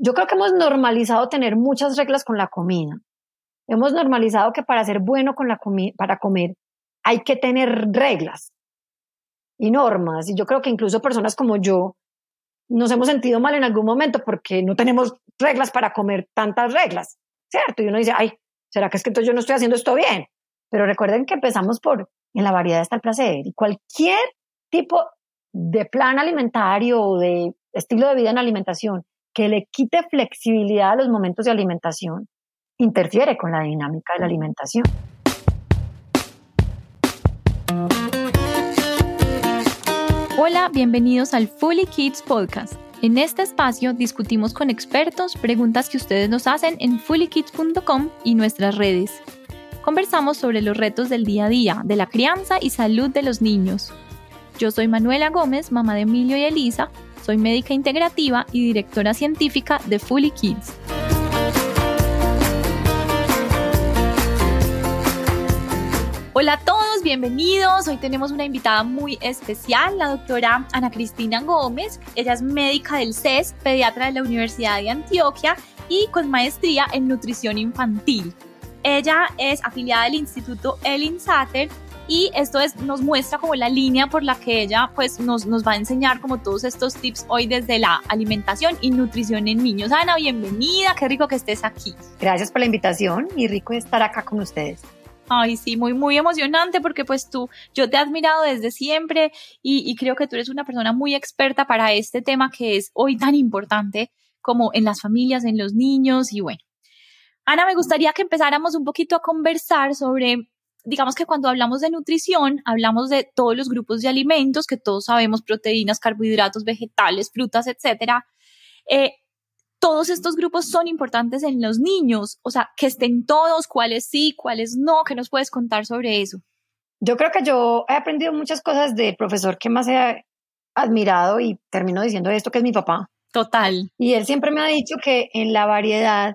yo creo que hemos normalizado tener muchas reglas con la comida. Hemos normalizado que para ser bueno con para comer hay que tener reglas y normas. Y yo creo que incluso personas como yo nos hemos sentido mal en algún momento porque no tenemos reglas para comer, tantas reglas, ¿cierto? Y uno dice, ay, ¿será que es que entonces yo no estoy haciendo esto bien? Pero recuerden que empezamos en la variedad está el placer. Y cualquier tipo de plan alimentario o de estilo de vida en alimentación que le quite flexibilidad a los momentos de alimentación, interfiere con la dinámica de la alimentación. Hola, bienvenidos al Fully Kids Podcast. En este espacio discutimos con expertos preguntas que ustedes nos hacen en fullykids.com y nuestras redes. Conversamos sobre los retos del día a día, de la crianza y salud de los niños. Yo soy Manuela Gómez, mamá de Emilio y Elisa, soy médica integrativa y directora científica de Fully Kids. Hola a todos, bienvenidos. Hoy tenemos una invitada muy especial, la doctora Ana Cristina Gómez. Ella es médica del CES, pediatra de la Universidad de Antioquia y con maestría en nutrición infantil. Ella es afiliada del Instituto Elin Satter y esto nos muestra como la línea por la que ella pues, nos va a enseñar como todos estos tips hoy desde la alimentación y nutrición en niños. Ana, bienvenida, qué rico que estés aquí. Gracias por la invitación y rico estar acá con ustedes. Ay, sí, muy, muy emocionante porque pues yo te he admirado desde siempre y creo que tú eres una persona muy experta para este tema que es hoy tan importante como en las familias, en los niños y bueno. Ana, me gustaría que empezáramos un poquito a conversar sobre, digamos que cuando hablamos de nutrición, hablamos de todos los grupos de alimentos que todos sabemos, proteínas, carbohidratos, vegetales, frutas, etcétera. Todos estos grupos son importantes en los niños, o sea, que estén todos, cuáles sí, cuáles no. ¿Qué nos puedes contar sobre eso? Yo creo que yo he aprendido muchas cosas del profesor que más he admirado y termino diciendo esto, que es mi papá. Total. Y él siempre me ha dicho que en la variedad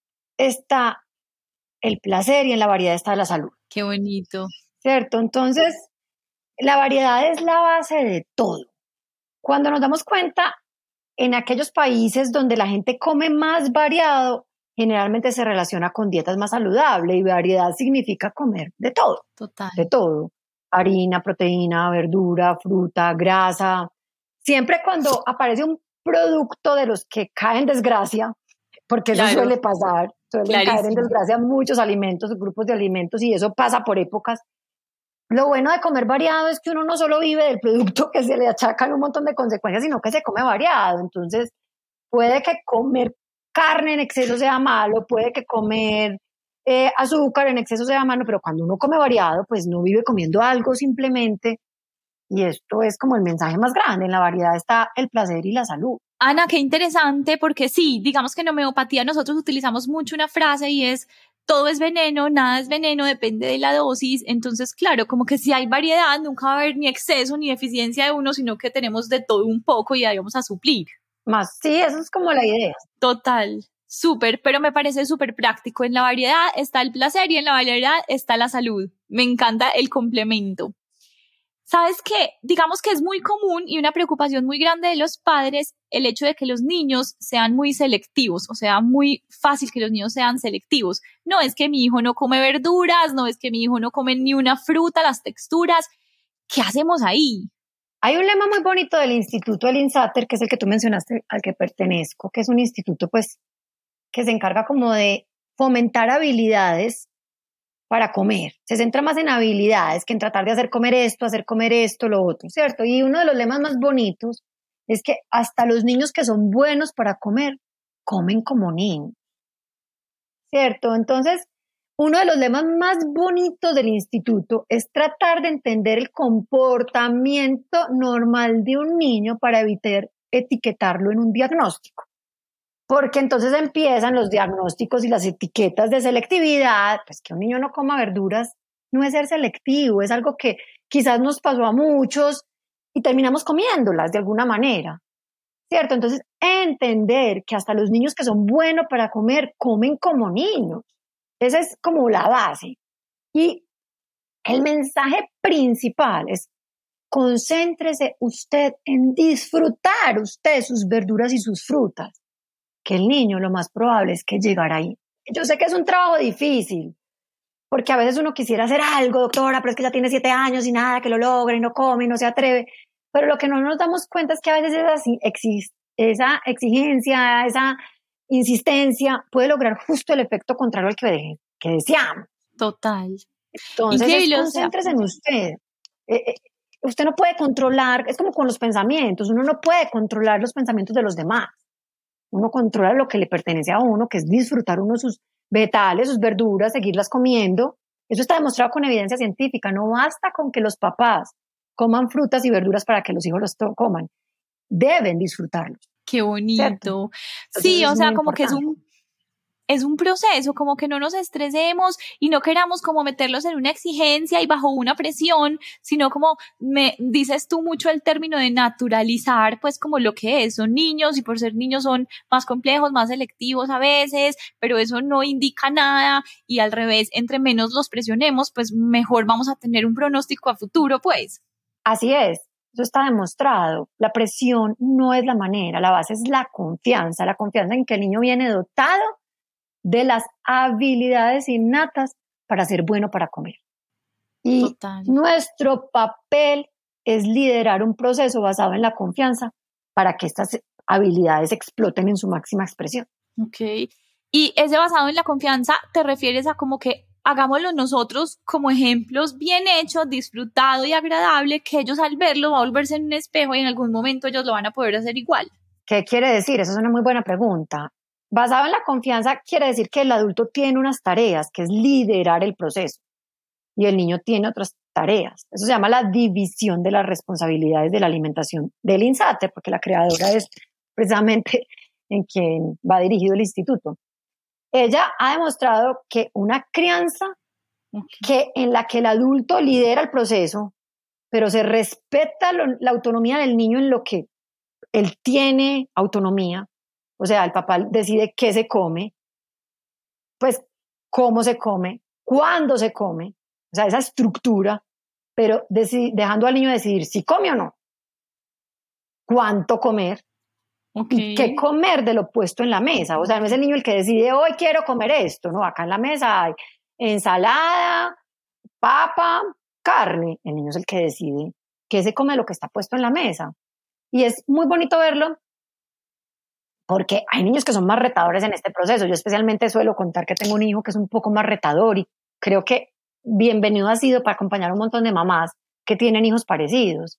está el placer y en la variedad está la salud. Qué bonito. ¿Cierto? Entonces, la variedad es la base de todo. Cuando nos damos cuenta, en aquellos países donde la gente come más variado, generalmente se relaciona con dietas más saludables y variedad significa comer de todo. Total. De todo. Harina, proteína, verdura, fruta, grasa. Siempre cuando aparece un producto de los que caen en desgracia, porque eso suele pasar, suelen caer en desgracia muchos alimentos, grupos de alimentos, y eso pasa por épocas. Lo bueno de comer variado es que uno no solo vive del producto que se le achacan un montón de consecuencias, sino que se come variado. Entonces, puede que comer carne en exceso sea malo, puede que comer azúcar en exceso sea malo, pero cuando uno come variado, pues no vive comiendo algo simplemente. Y esto es como el mensaje más grande. En la variedad está el placer y la salud. Ana, qué interesante, porque sí, digamos que en homeopatía nosotros utilizamos mucho una frase y es todo es veneno, nada es veneno, depende de la dosis. Entonces, claro, como que si hay variedad, nunca va a haber ni exceso ni deficiencia de uno, sino que tenemos de todo un poco y ahí vamos a suplir. Más, sí, eso es como la idea. Total, súper, pero me parece súper práctico. En la variedad está el placer y en la variedad está la salud. Me encanta el complemento. ¿Sabes qué? Digamos que es muy común y una preocupación muy grande de los padres el hecho de que los niños sean muy selectivos, o sea, muy fácil que los niños sean selectivos. No es que mi hijo no come verduras, no es que mi hijo no come ni una fruta, las texturas. ¿Qué hacemos ahí? Hay un lema muy bonito del Instituto Elin Satter, que es el que tú mencionaste, al que pertenezco, que es un instituto pues que se encarga como de fomentar habilidades para comer. Se centra más en habilidades que en tratar de hacer comer esto, lo otro, ¿cierto? Y uno de los lemas más bonitos es que hasta los niños que son buenos para comer, comen como niños, ¿cierto? Entonces, uno de los lemas más bonitos del instituto es tratar de entender el comportamiento normal de un niño para evitar etiquetarlo en un diagnóstico. Porque entonces empiezan los diagnósticos y las etiquetas de selectividad, pues que un niño no coma verduras no es ser selectivo, es algo que quizás nos pasó a muchos y terminamos comiéndolas de alguna manera, ¿cierto? Entonces, entender que hasta los niños que son buenos para comer, comen como niños. Esa es como la base. Y el mensaje principal es: concéntrese usted en disfrutar usted sus verduras y sus frutas. que el niño lo más probable es que llegara ahí. Yo sé que es un trabajo difícil, porque a veces uno quisiera hacer algo, doctora, pero es que ya tiene 7 años y nada, que lo logre, y no come, y no se atreve. Pero lo que no nos damos cuenta es que a veces esa exigencia, esa insistencia puede lograr justo el efecto contrario al que deseamos. Total. Entonces, concéntrese en usted. Usted no puede controlar, es como con los pensamientos, uno no puede controlar los pensamientos de los demás. Uno controla lo que le pertenece a uno, que es disfrutar uno de sus vegetales, sus verduras, seguirlas comiendo. Eso está demostrado con evidencia científica. No basta con que los papás coman frutas y verduras para que los hijos los coman. Deben disfrutarlos. Qué bonito. Sí, o sea, como que es un proceso, como que no nos estresemos y no queramos como meterlos en una exigencia y bajo una presión, sino como me dices tú mucho el término de naturalizar, pues como lo que es, son niños y por ser niños son más complejos, más selectivos a veces, pero eso no indica nada y al revés, entre menos los presionemos, pues mejor vamos a tener un pronóstico a futuro, pues. Así es. Eso está demostrado. La presión no es la manera, la base es la confianza en que el niño viene dotado de las habilidades innatas para ser bueno para comer. Y Total. Nuestro papel es liderar un proceso basado en la confianza para que estas habilidades exploten en su máxima expresión. Ok. Y ese basado en la confianza, ¿te refieres a como que hagámoslo nosotros como ejemplos bien hechos, disfrutado y agradable, que ellos al verlo va a volverse en un espejo y en algún momento ellos lo van a poder hacer igual? ¿Qué quiere decir? Esa es una muy buena pregunta. Basado en la confianza quiere decir que el adulto tiene unas tareas, que es liderar el proceso, y el niño tiene otras tareas. Eso se llama la división de las responsabilidades de la alimentación del INSATER, porque la creadora es precisamente en quien va dirigido el instituto. Ella ha demostrado que una crianza en la que el adulto lidera el proceso, pero se respeta la autonomía del niño en lo que él tiene autonomía, o sea, el papá decide qué se come, pues cómo se come, cuándo se come, o sea, esa estructura, pero dejando al niño decidir si come o no, cuánto comer, y qué comer de lo puesto en la mesa. O sea, no es el niño el que decide, hoy quiero comer esto, no, acá en la mesa hay ensalada, papa, carne. El niño es el que decide qué se come de lo que está puesto en la mesa. Y es muy bonito verlo porque hay niños que son más retadores en este proceso. Yo especialmente suelo contar que tengo un hijo que es un poco más retador y creo que bienvenido ha sido para acompañar a un montón de mamás que tienen hijos parecidos.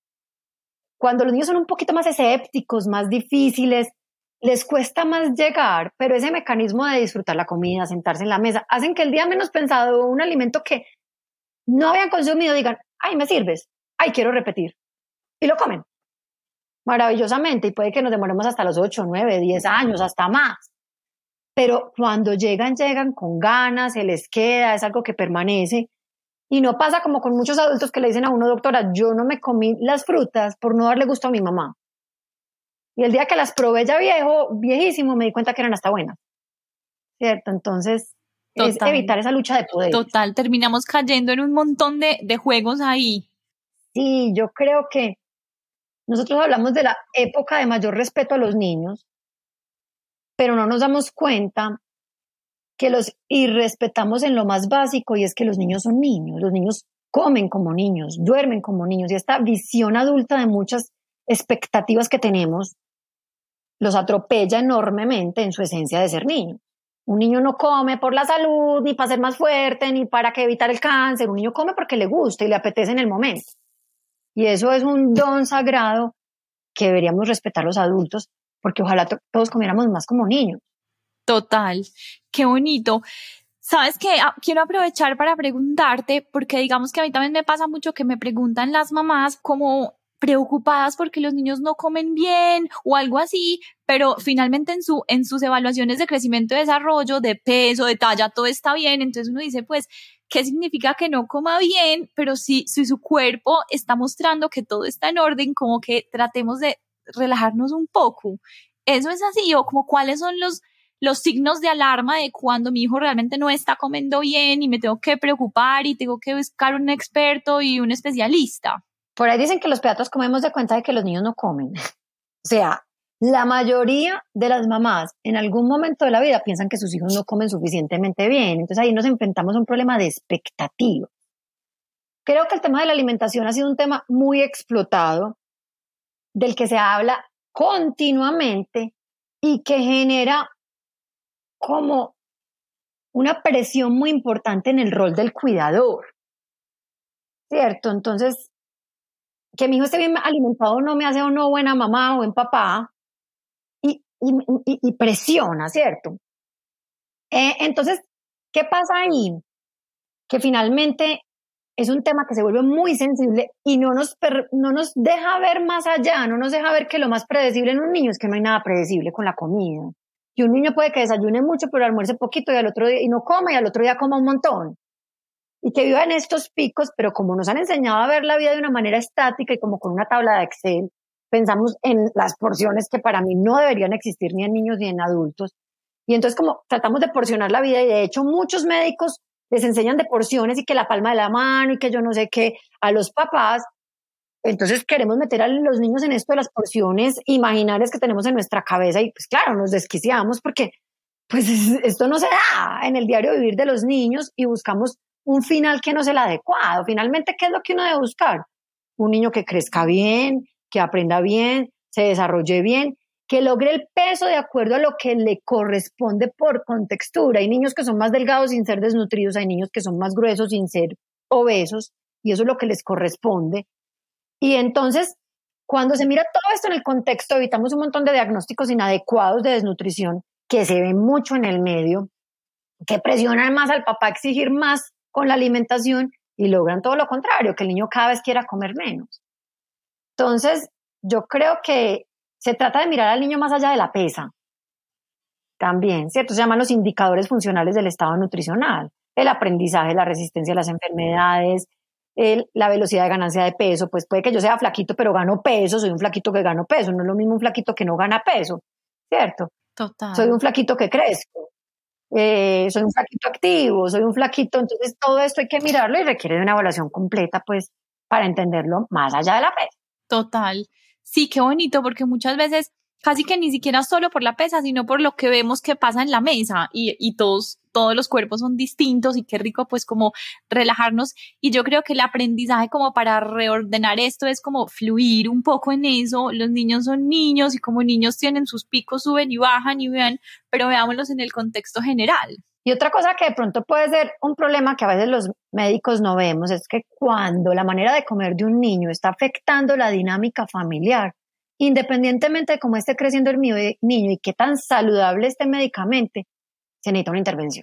Cuando los niños son un poquito más escépticos, más difíciles, les cuesta más llegar, pero ese mecanismo de disfrutar la comida, sentarse en la mesa, hacen que el día menos pensado, un alimento que no habían consumido, digan, ay, me sirves, ay, quiero repetir. Y lo comen maravillosamente, y puede que nos demoremos hasta los 8, 9, 10 años, hasta más. Pero cuando llegan con ganas, se les queda, es algo que permanece. Y no pasa como con muchos adultos que le dicen a uno, doctora, yo no me comí las frutas por no darle gusto a mi mamá. Y el día que las probé ya viejísimo, me di cuenta que eran hasta buenas. ¿Cierto? Entonces, es evitar esa lucha de poder. Total, terminamos cayendo en un montón de juegos ahí. Sí, yo creo que nosotros hablamos de la época de mayor respeto a los niños, pero no nos damos cuenta que los irrespetamos en lo más básico, y es que los niños son niños, los niños comen como niños, duermen como niños, y esta visión adulta de muchas expectativas que tenemos los atropella enormemente en su esencia de ser niño. Un niño no come por la salud, ni para ser más fuerte, ni para evitar el cáncer. Un niño come porque le gusta y le apetece en el momento. Y eso es un don sagrado que deberíamos respetar los adultos, porque ojalá todos comiéramos más como niños. Total, qué bonito. ¿Sabes qué? Quiero aprovechar para preguntarte, porque digamos que a mí también me pasa mucho que me preguntan las mamás como preocupadas porque los niños no comen bien o algo así, pero finalmente en sus evaluaciones de crecimiento y desarrollo, de peso, de talla, todo está bien. Entonces uno dice, pues, ¿qué significa que no coma bien? Pero si su cuerpo está mostrando que todo está en orden, como que tratemos de relajarnos un poco. ¿Eso es así? O como cuáles son los signos de alarma de cuando mi hijo realmente no está comiendo bien y me tengo que preocupar y tengo que buscar un experto y un especialista? Por ahí dicen que los pediatras comemos de cuenta de que los niños no comen. O sea, La mayoría de las mamás en algún momento de la vida piensan que sus hijos no comen suficientemente bien. Entonces ahí nos enfrentamos a un problema de expectativa. Creo que el tema de la alimentación ha sido un tema muy explotado, del que se habla continuamente y que genera como una presión muy importante en el rol del cuidador, ¿cierto? Entonces, que mi hijo esté bien alimentado no me hace o no buena mamá o buen papá y presiona, ¿cierto? Entonces, ¿qué pasa ahí? Que finalmente es un tema que se vuelve muy sensible y no nos deja ver más allá, no nos deja ver que lo más predecible en un niño es que no hay nada predecible con la comida. Y un niño puede que desayune mucho, pero almuerce poquito y al otro día y no coma y al otro día coma un montón. Y que viva en estos picos, pero como nos han enseñado a ver la vida de una manera estática y como con una tabla de Excel, pensamos en las porciones que para mí no deberían existir ni en niños ni en adultos. Y entonces como tratamos de porcionar la vida y de hecho muchos médicos les enseñan de porciones y que la palma de la mano y que yo no sé qué a los papás. Entonces queremos meter a los niños en esto de las porciones imaginarias que tenemos en nuestra cabeza y pues claro, nos desquiciamos porque pues esto no se da en el diario vivir de los niños y buscamos un final que no es el adecuado. Finalmente, ¿qué es lo que uno debe buscar? Un niño que crezca bien, que aprenda bien, se desarrolle bien, que logre el peso de acuerdo a lo que le corresponde por contextura. Hay niños que son más delgados sin ser desnutridos, hay niños que son más gruesos sin ser obesos, y eso es lo que les corresponde. Y entonces, cuando se mira todo esto en el contexto, evitamos un montón de diagnósticos inadecuados de desnutrición que se ven mucho en el medio, que presionan más al papá a exigir más con la alimentación y logran todo lo contrario, que el niño cada vez quiera comer menos. Entonces, yo creo que se trata de mirar al niño más allá de la pesa. También, ¿cierto? Se llaman los indicadores funcionales del estado nutricional. El aprendizaje, la resistencia a las enfermedades, la velocidad de ganancia de peso. Pues puede que yo sea flaquito, pero gano peso. Soy un flaquito que gano peso. No es lo mismo un flaquito que no gana peso, ¿cierto? Total. Soy un flaquito que crezco. Soy un flaquito activo, soy un flaquito. Entonces todo esto hay que mirarlo y requiere de una evaluación completa, pues, para entenderlo más allá de la pesa. Total. Sí, qué bonito, porque muchas veces casi que ni siquiera solo por la pesa, sino por lo que vemos que pasa en la mesa y todos los cuerpos son distintos y qué rico pues como relajarnos. Y yo creo que el aprendizaje como para reordenar esto es como fluir un poco en eso. Los niños son niños y como niños tienen sus picos, suben y bajan y vean, pero veámoslos en el contexto general. Y otra cosa que de pronto puede ser un problema que a veces los médicos no vemos es que cuando la manera de comer de un niño está afectando la dinámica familiar, independientemente de cómo esté creciendo el niño y qué tan saludable esté médicamente, se necesita una intervención.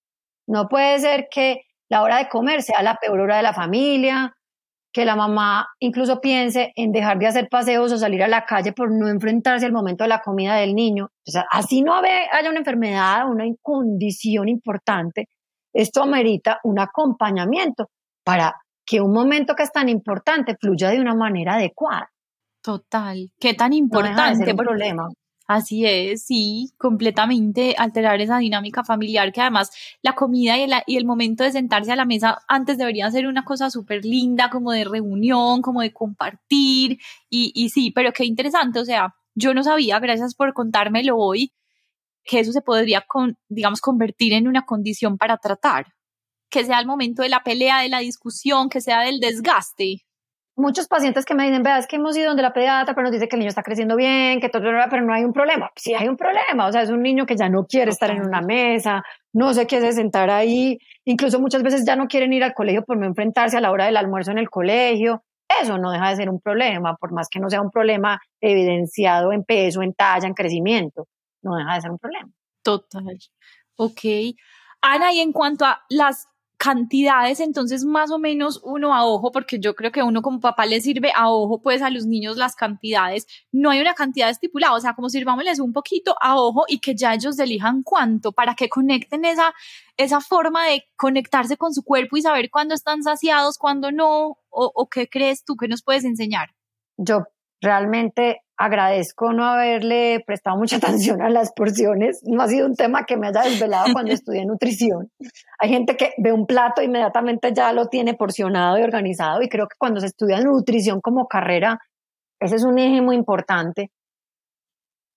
No puede ser que la hora de comer sea la peor hora de la familia, que la mamá incluso piense en dejar de hacer paseos o salir a la calle por no enfrentarse al momento de la comida del niño. O sea, así no haya una enfermedad, una condición importante, esto amerita un acompañamiento para que un momento que es tan importante fluya de una manera adecuada. Total, qué tan No importante. deja de ser un problema. Así es, sí, completamente alterar esa dinámica familiar, que además la comida y el momento de sentarse a la mesa antes debería ser una cosa súper linda, como de reunión, como de compartir, y sí, pero qué interesante, o sea, yo no sabía, gracias por contármelo hoy, que eso se podría, digamos, convertir en una condición para tratar, que sea el momento de la pelea, de la discusión, que sea del desgaste. Muchos pacientes que me dicen, vea, es que hemos ido donde la pediatra, pero nos dice que el niño está creciendo bien, que todo, pero no hay un problema. Sí hay un problema, o sea, es un niño que ya no quiere estar en una mesa, no se quiere sentar ahí, incluso muchas veces ya no quieren ir al colegio por no enfrentarse a la hora del almuerzo en el colegio. Eso no deja de ser un problema, por más que no sea un problema evidenciado en peso, en talla, en crecimiento, no deja de ser un problema. Total. Ok. Ana, y en cuanto a las cantidades, entonces más o menos uno a ojo, porque yo creo que uno como papá le sirve a ojo pues a los niños las cantidades, no hay una cantidad estipulada, o sea, como sirvámosles un poquito a ojo y que ya ellos elijan cuánto, para que conecten esa forma de conectarse con su cuerpo y saber cuándo están saciados, cuándo no, o qué crees tú que nos puedes enseñar. Yo realmente agradezco no haberle prestado mucha atención a las porciones. No ha sido un tema que me haya desvelado cuando estudié nutrición. Hay gente que ve un plato e inmediatamente ya lo tiene porcionado y organizado, y creo que cuando se estudia nutrición como carrera, ese es un eje muy importante.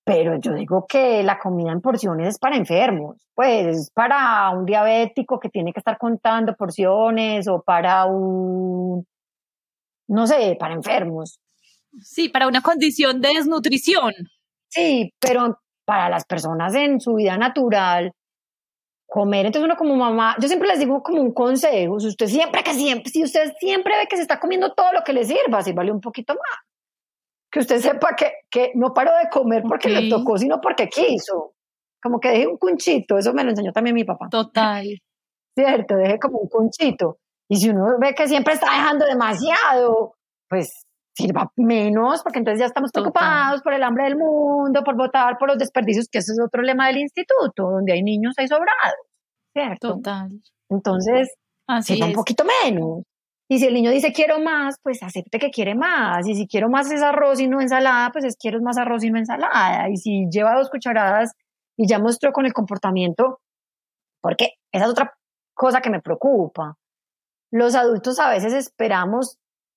pero yo digo que la comida en porciones es para enfermos, pues para un diabético que tiene que estar contando porciones o para un, no sé, para enfermos. Sí, para una condición de desnutrición. Sí, pero para las personas en su vida natural, comer, entonces uno como mamá, yo siempre les digo como un consejo, si usted si usted siempre ve que se está comiendo todo lo que le sirva, sírvale un poquito más. Que usted sepa que no paró de comer porque le tocó, sino porque quiso. Como que deje un cunchito, eso me lo enseñó también mi papá. Total. Cierto, deje como un cunchito. Y si uno ve que siempre está dejando demasiado, pues sirva menos, porque entonces ya estamos preocupados por el hambre del mundo, por votar por los desperdicios, que ese es otro lema del instituto, donde hay niños hay sobrados, ¿cierto? Total. Entonces, sirva un poquito menos. Y si el niño dice quiero más, pues acepte que quiere más. Y si quiero más es arroz y no ensalada, pues quiero más arroz y no ensalada. Y si lleva 2 cucharadas y ya mostró con el comportamiento, porque esa es otra cosa que me preocupa. Los adultos a veces esperamos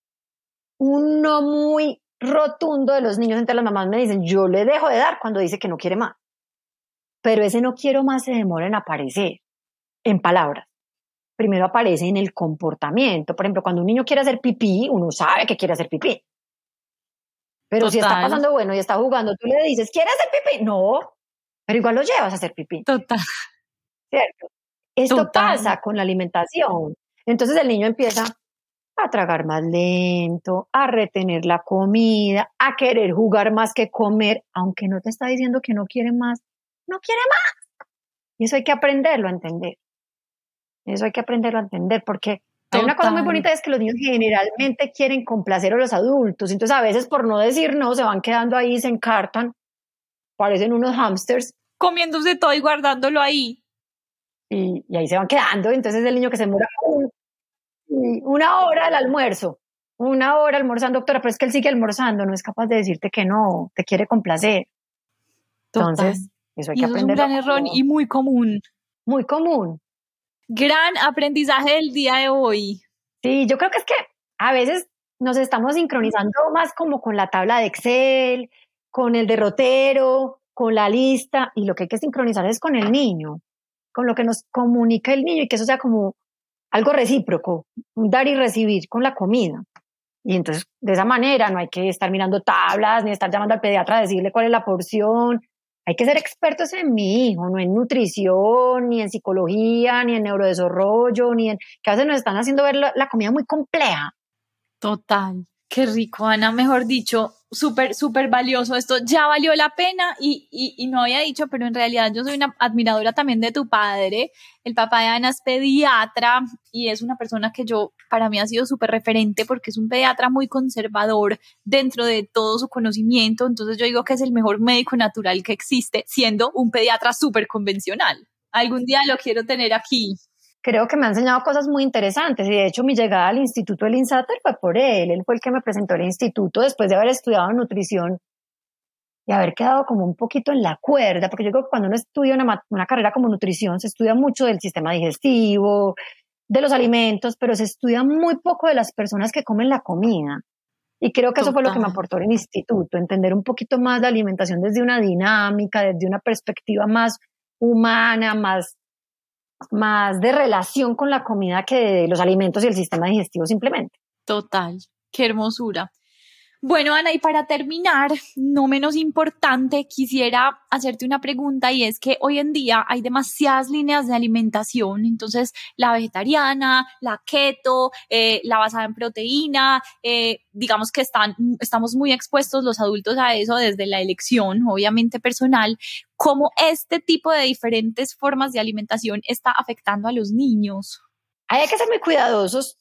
un no muy rotundo de los niños. Entre las mamás me dicen, yo le dejo de dar cuando dice que no quiere más. Pero ese no quiero más se demora en aparecer, en palabras. Primero aparece en el comportamiento. Por ejemplo, cuando un niño quiere hacer pipí, uno sabe que quiere hacer pipí. Pero si está pasando bueno y está jugando, tú le dices, ¿quieres hacer pipí? No, pero igual lo llevas a hacer pipí. Total. ¿Cierto? Esto pasa con la alimentación. Entonces el niño empieza a tragar más lento, a retener la comida, a querer jugar más que comer, aunque no te está diciendo que no quiere más, no quiere más. Y eso hay que aprenderlo a entender. Eso hay que aprenderlo a entender, porque hay una cosa muy bonita, es que los niños generalmente quieren complacer a los adultos, entonces a veces por no decir no, se van quedando ahí, se encartan, parecen unos hámsters. Comiéndose todo y guardándolo ahí. Y ahí se van quedando, entonces el niño que se demora 1 hora al almuerzo, 1 hora almorzando, doctora, pero es que él sigue almorzando, no es capaz de decirte que no, te quiere complacer. Entonces, eso hay que aprenderlo. Es un gran error y muy común. Muy común. Gran aprendizaje del día de hoy. Sí, yo creo que es que a veces nos estamos sincronizando más como con la tabla de Excel, con el derrotero, con la lista, y lo que hay que sincronizar es con el niño, con lo que nos comunica el niño y que eso sea como algo recíproco, un dar y recibir con la comida. Y entonces, de esa manera, no hay que estar mirando tablas, ni estar llamando al pediatra a decirle cuál es la porción. Hay que ser expertos en mi hijo, no en nutrición, ni en psicología, ni en neurodesarrollo, ni en... que a veces nos están haciendo ver la comida muy compleja. Total. Qué rico, Ana, mejor dicho, súper, súper valioso. Esto ya valió la pena y no había dicho, pero en realidad yo soy una admiradora también de tu padre. El papá de Ana es pediatra y es una persona que para mí ha sido súper referente porque es un pediatra muy conservador dentro de todo su conocimiento. Entonces yo digo que es el mejor médico natural que existe, siendo un pediatra súper convencional. Algún día lo quiero tener aquí. Creo que me ha enseñado cosas muy interesantes y de hecho mi llegada al instituto del INSATER fue por él fue el que me presentó el instituto después de haber estudiado nutrición y haber quedado como un poquito en la cuerda, porque yo creo que cuando uno estudia una carrera como nutrición se estudia mucho del sistema digestivo, de los alimentos, pero se estudia muy poco de las personas que comen la comida. Y creo que eso fue lo que me aportó el instituto, entender un poquito más la alimentación desde una dinámica, desde una perspectiva más humana, más de relación con la comida que de los alimentos y el sistema digestivo simplemente. Total, qué hermosura. Bueno, Ana, y para terminar, no menos importante, quisiera hacerte una pregunta y es que hoy en día hay demasiadas líneas de alimentación, entonces la vegetariana, la keto, la basada en proteína, digamos que estamos muy expuestos los adultos a eso desde la elección, obviamente personal. ¿Cómo este tipo de diferentes formas de alimentación está afectando a los niños? Hay que ser muy cuidadosos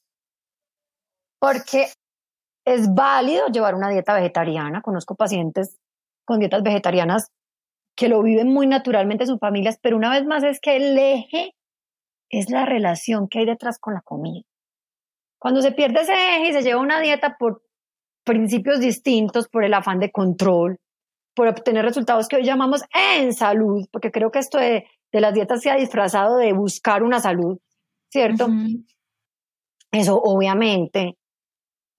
porque es válido llevar una dieta vegetariana. Conozco pacientes con dietas vegetarianas que lo viven muy naturalmente en sus familias, pero una vez más es que el eje es la relación que hay detrás con la comida. Cuando se pierde ese eje y se lleva una dieta por principios distintos, por el afán de control, por obtener resultados que hoy llamamos en salud, porque creo que esto de las dietas se ha disfrazado de buscar una salud, ¿cierto? Uh-huh. Eso obviamente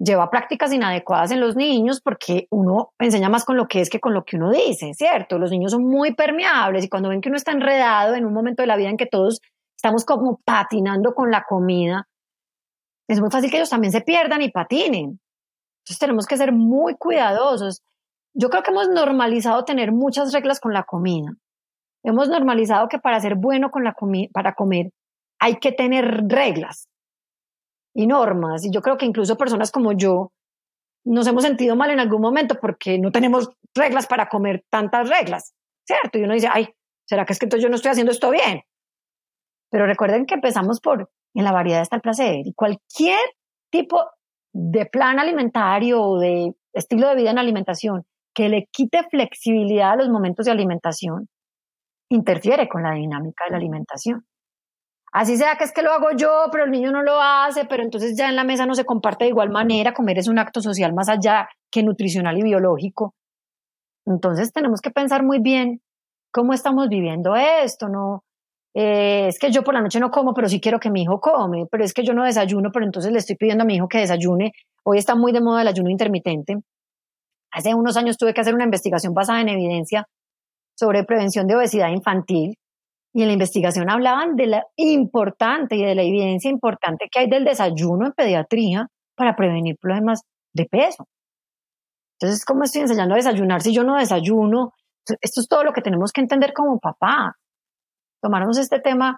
lleva prácticas inadecuadas en los niños porque uno enseña más con lo que es que con lo que uno dice, ¿cierto? Los niños son muy permeables y cuando ven que uno está enredado en un momento de la vida en que todos estamos como patinando con la comida, es muy fácil que ellos también se pierdan y patinen. Entonces tenemos que ser muy cuidadosos. Yo creo que hemos normalizado tener muchas reglas con la comida. Hemos normalizado que para ser bueno con la para comer hay que tener reglas y normas. Y yo creo que incluso personas como yo nos hemos sentido mal en algún momento porque no tenemos reglas para comer tantas reglas, ¿cierto? Y uno dice, ay, ¿será que es que entonces yo no estoy haciendo esto bien? Pero recuerden que empezamos por, en la variedad está el placer. Y cualquier tipo de plan alimentario o de estilo de vida en alimentación que le quite flexibilidad a los momentos de alimentación, interfiere con la dinámica de la alimentación. Así sea que es que lo hago yo, pero el niño no lo hace, pero entonces ya en la mesa no se comparte de igual manera. Comer es un acto social más allá que nutricional y biológico. Entonces tenemos que pensar muy bien cómo estamos viviendo esto, ¿no? Es que yo por la noche no como, pero sí quiero que mi hijo come, pero es que yo no desayuno, pero entonces le estoy pidiendo a mi hijo que desayune. Hoy está muy de moda el ayuno intermitente. Hace unos años tuve que hacer una investigación basada en evidencia sobre prevención de obesidad infantil. Y en la investigación hablaban de la importante y de la evidencia importante que hay del desayuno en pediatría para prevenir problemas de peso. Entonces, ¿cómo estoy enseñando a desayunar si yo no desayuno? Esto es todo lo que tenemos que entender como papá. Tomarnos este tema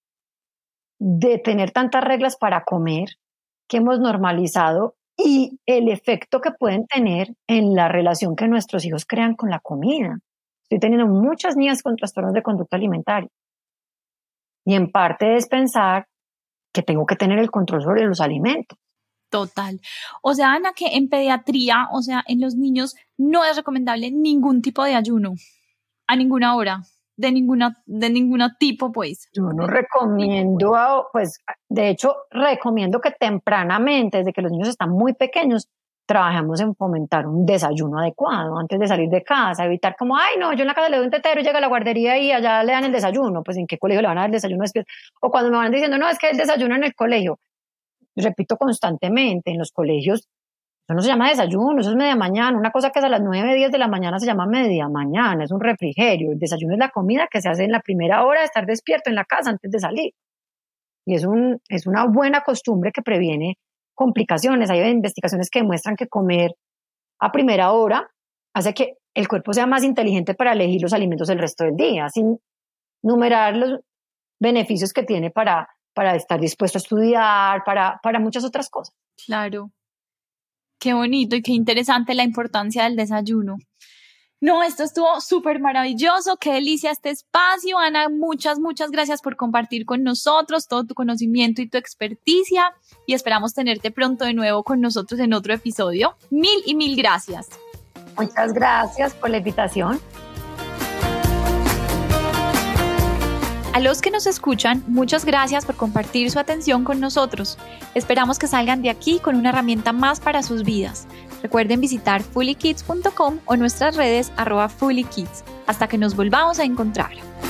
de tener tantas reglas para comer que hemos normalizado y el efecto que pueden tener en la relación que nuestros hijos crean con la comida. Estoy teniendo muchas niñas con trastornos de conducta alimentaria. Y en parte es pensar que tengo que tener el control sobre los alimentos. Total. O sea, Ana, que en pediatría, o sea, en los niños no es recomendable ningún tipo de ayuno, a ninguna hora, de ningún tipo, pues. Yo no recomiendo, pues, de hecho, recomiendo que tempranamente, desde que los niños están muy pequeños, trabajamos en fomentar un desayuno adecuado antes de salir de casa, evitar como, ay, no, yo en la casa le doy un tetero, llega a la guardería y allá le dan el desayuno. Pues, ¿en qué colegio le van a dar el desayuno después? O cuando me van diciendo, no, es que el desayuno en el colegio. Repito constantemente, en los colegios, eso no se llama desayuno, eso es media mañana. Una cosa que es a las 9, 10 de la mañana se llama media mañana, es un refrigerio. El desayuno es la comida que se hace en la primera hora de estar despierto en la casa antes de salir. Y es una buena costumbre que previene complicaciones. Hay investigaciones que demuestran que comer a primera hora hace que el cuerpo sea más inteligente para elegir los alimentos el resto del día, sin numerar los beneficios que tiene para estar dispuesto a estudiar, para muchas otras cosas. Claro. Qué bonito y qué interesante la importancia del desayuno. No, esto estuvo súper maravilloso, qué delicia este espacio. Ana, muchas gracias por compartir con nosotros todo tu conocimiento y tu experticia y esperamos tenerte pronto de nuevo con nosotros en otro episodio. Mil gracias. Muchas gracias por la invitación. A los que nos escuchan, muchas gracias por compartir su atención con nosotros. Esperamos que salgan de aquí con una herramienta más para sus vidas. Recuerden visitar fullykids.com o nuestras redes @fullykids. Hasta que nos volvamos a encontrar.